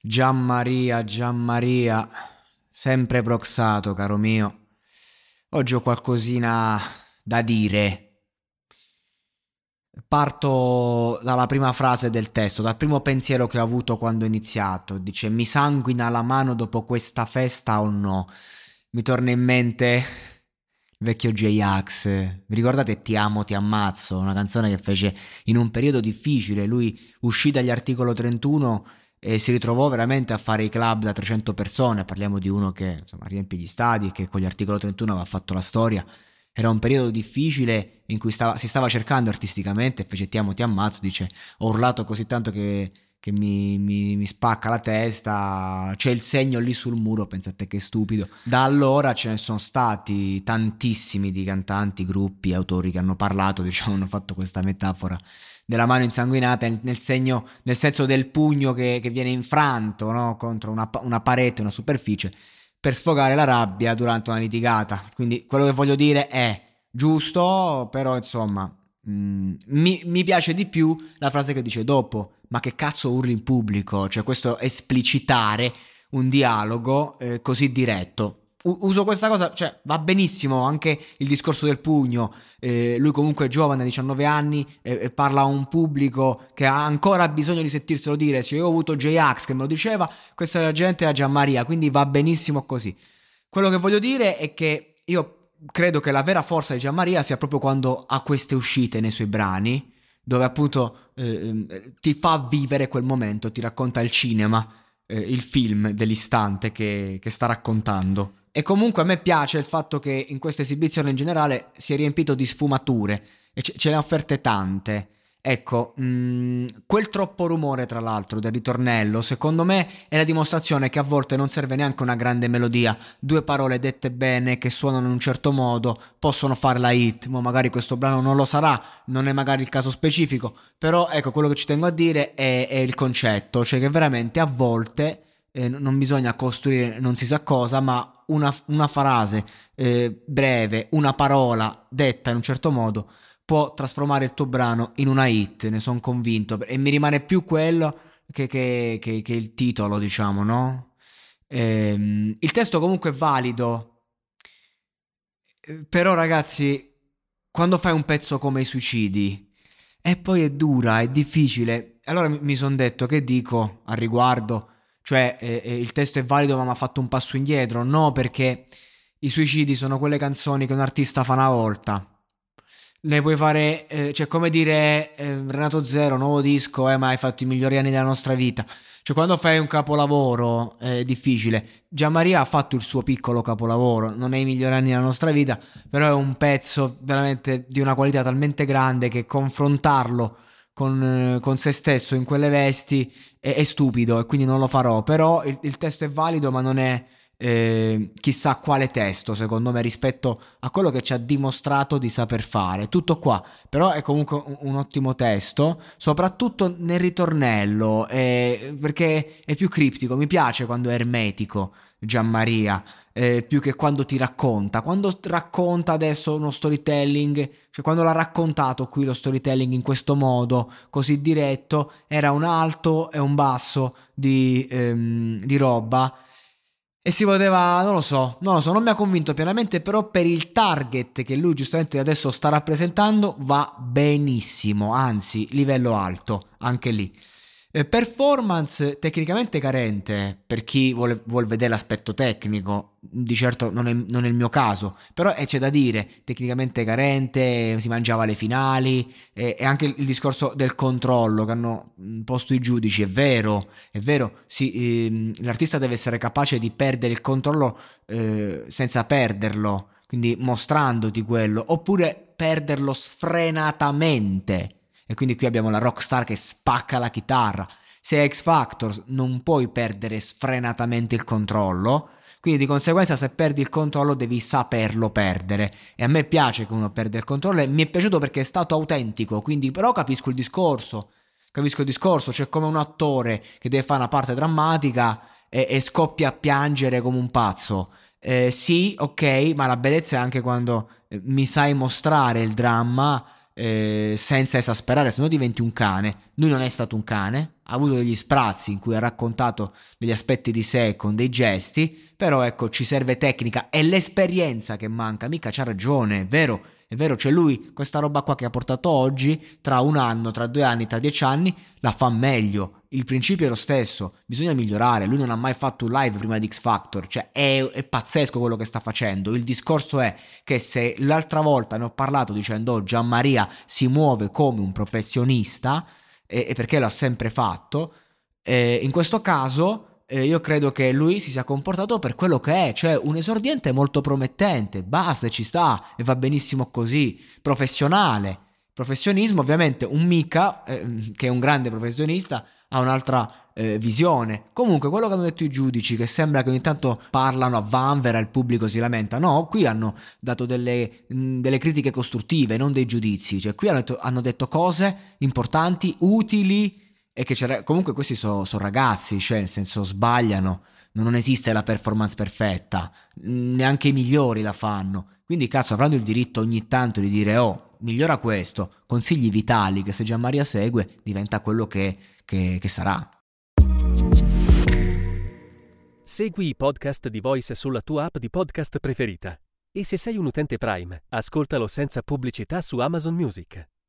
Gianmaria, sempre proxato, caro mio. Oggi ho qualcosina da dire. Parto dalla prima frase del testo, dal primo pensiero che ho avuto quando ho iniziato. Dice: mi sanguina la mano dopo questa festa o no? Mi torna in mente il vecchio J-Ax. Vi ricordate Ti amo, ti ammazzo? Una canzone che fece in un periodo difficile. Lui uscì dagli articolo 31 e si ritrovò veramente a fare i club da 300 persone. Parliamo di uno che insomma riempie gli stadi e che con gli articolo 31 aveva fatto la storia. Era un periodo difficile in cui si stava cercando artisticamente e fece Ti amo, ti ammazzo. Dice: ho urlato così tanto che mi spacca la testa. C'è il segno lì sul muro. Pensate che stupido. Da allora ce ne sono stati tantissimi di cantanti, gruppi, autori che hanno parlato, diciamo, hanno fatto questa metafora della mano insanguinata nel senso del pugno che viene infranto, no? Contro una parete, una superficie, per sfogare la rabbia durante una litigata. Quindi quello che voglio dire è giusto, però insomma, mi piace di più la frase che dice dopo: ma che cazzo urli in pubblico? Cioè, questo esplicitare un dialogo così diretto. Uso questa cosa, cioè va benissimo anche il discorso del pugno. Lui comunque è giovane, 19 anni, e parla a un pubblico che ha ancora bisogno di sentirselo dire. Se io ho avuto J-Ax che me lo diceva, questa gente è Gianmaria, quindi va benissimo così. Quello che voglio dire è che io credo che la vera forza di Gianmaria sia proprio quando ha queste uscite nei suoi brani, dove appunto ti fa vivere quel momento, ti racconta il cinema, il film dell'istante che sta raccontando. E comunque a me piace il fatto che in questa esibizione in generale si è riempito di sfumature e ce ne ha offerte tante. Ecco, quel troppo rumore tra l'altro del ritornello, secondo me è la dimostrazione che a volte non serve neanche una grande melodia. Due parole dette bene che suonano in un certo modo possono fare la hit. Ma magari questo brano non lo sarà, non è magari il caso specifico, però ecco, quello che ci tengo a dire è il concetto, cioè che veramente a volte non bisogna costruire non si sa cosa, ma una frase breve, una parola detta in un certo modo può trasformare il tuo brano in una hit, ne sono convinto, e mi rimane più quello che il titolo, diciamo, no? Il testo comunque è valido, però ragazzi, quando fai un pezzo come i suicidi, e poi è dura, è difficile, allora mi sono detto, che dico al riguardo? Cioè, il testo è valido ma mi ha fatto un passo indietro? No, perché i suicidi sono quelle canzoni che un artista fa una volta. Ne puoi fare, cioè come dire Renato Zero, nuovo disco, ma hai fatto i migliori anni della nostra vita. Cioè quando fai un capolavoro è difficile. Gianmaria ha fatto il suo piccolo capolavoro, non è i migliori anni della nostra vita, però è un pezzo veramente di una qualità talmente grande che confrontarlo con se stesso in quelle vesti è stupido e quindi non lo farò. Però il testo è valido, ma non è chissà quale testo, secondo me, rispetto a quello che ci ha dimostrato di saper fare. Tutto qua, però è comunque un ottimo testo, soprattutto nel ritornello, perché è più criptico. Mi piace quando è ermetico Gianmaria, più che quando ti racconta. Quando racconta adesso uno storytelling, cioè quando l'ha raccontato qui lo storytelling in questo modo, così diretto, era un alto e un basso di roba. E si poteva, non lo so, non mi ha convinto pienamente, però per il target che lui giustamente adesso sta rappresentando va benissimo, anzi, livello alto, anche lì. Performance tecnicamente carente per chi vuole vedere l'aspetto tecnico, di certo non è il mio caso, però c'è da dire, tecnicamente carente, si mangiava le finali e anche il discorso del controllo che hanno posto i giudici, è vero, sì, l'artista deve essere capace di perdere il controllo senza perderlo, quindi mostrandoti quello, oppure perderlo sfrenatamente. E quindi qui abbiamo la rockstar che spacca la chitarra. Se è X Factor non puoi perdere sfrenatamente il controllo, quindi di conseguenza se perdi il controllo devi saperlo perdere. E a me piace che uno perde il controllo e mi è piaciuto perché è stato autentico, quindi però capisco il discorso. Capisco il discorso, c'è come un attore che deve fare una parte drammatica e scoppia a piangere come un pazzo. Sì, ok, ma la bellezza è anche quando mi sai mostrare il dramma senza esasperare, se no diventi un cane. Lui non è stato un cane, ha avuto degli sprazzi in cui ha raccontato degli aspetti di sé con dei gesti, però ecco, ci serve tecnica, è l'esperienza che manca. Mica c'ha ragione, è vero, cioè lui questa roba qua che ha portato oggi, tra un anno, tra 2 anni, tra 10 anni, la fa meglio. Il principio è lo stesso, bisogna migliorare. Lui non ha mai fatto un live prima di X Factor, cioè è pazzesco quello che sta facendo. Il discorso è che se l'altra volta ne ho parlato dicendo oh, Gianmaria si muove come un professionista, e perché l'ha sempre fatto, in questo caso io credo che lui si sia comportato per quello che è, cioè un esordiente molto promettente, basta, ci sta e va benissimo così, professionale. Professionismo, ovviamente, un Mika, che è un grande professionista, ha un'altra visione. Comunque, quello che hanno detto i giudici, che sembra che ogni tanto parlano a vanvera, il pubblico si lamenta, no, qui hanno dato delle critiche costruttive, non dei giudizi, cioè qui hanno detto cose importanti, utili, e che comunque questi sono ragazzi, cioè nel senso sbagliano, non esiste la performance perfetta, neanche i migliori la fanno, quindi cazzo avranno il diritto ogni tanto di dire oh migliora questo, consigli vitali che se Gianmaria segue diventa quello che sarà. Segui i podcast di Voice sulla tua app di podcast preferita e se sei un utente Prime ascoltalo senza pubblicità su Amazon Music.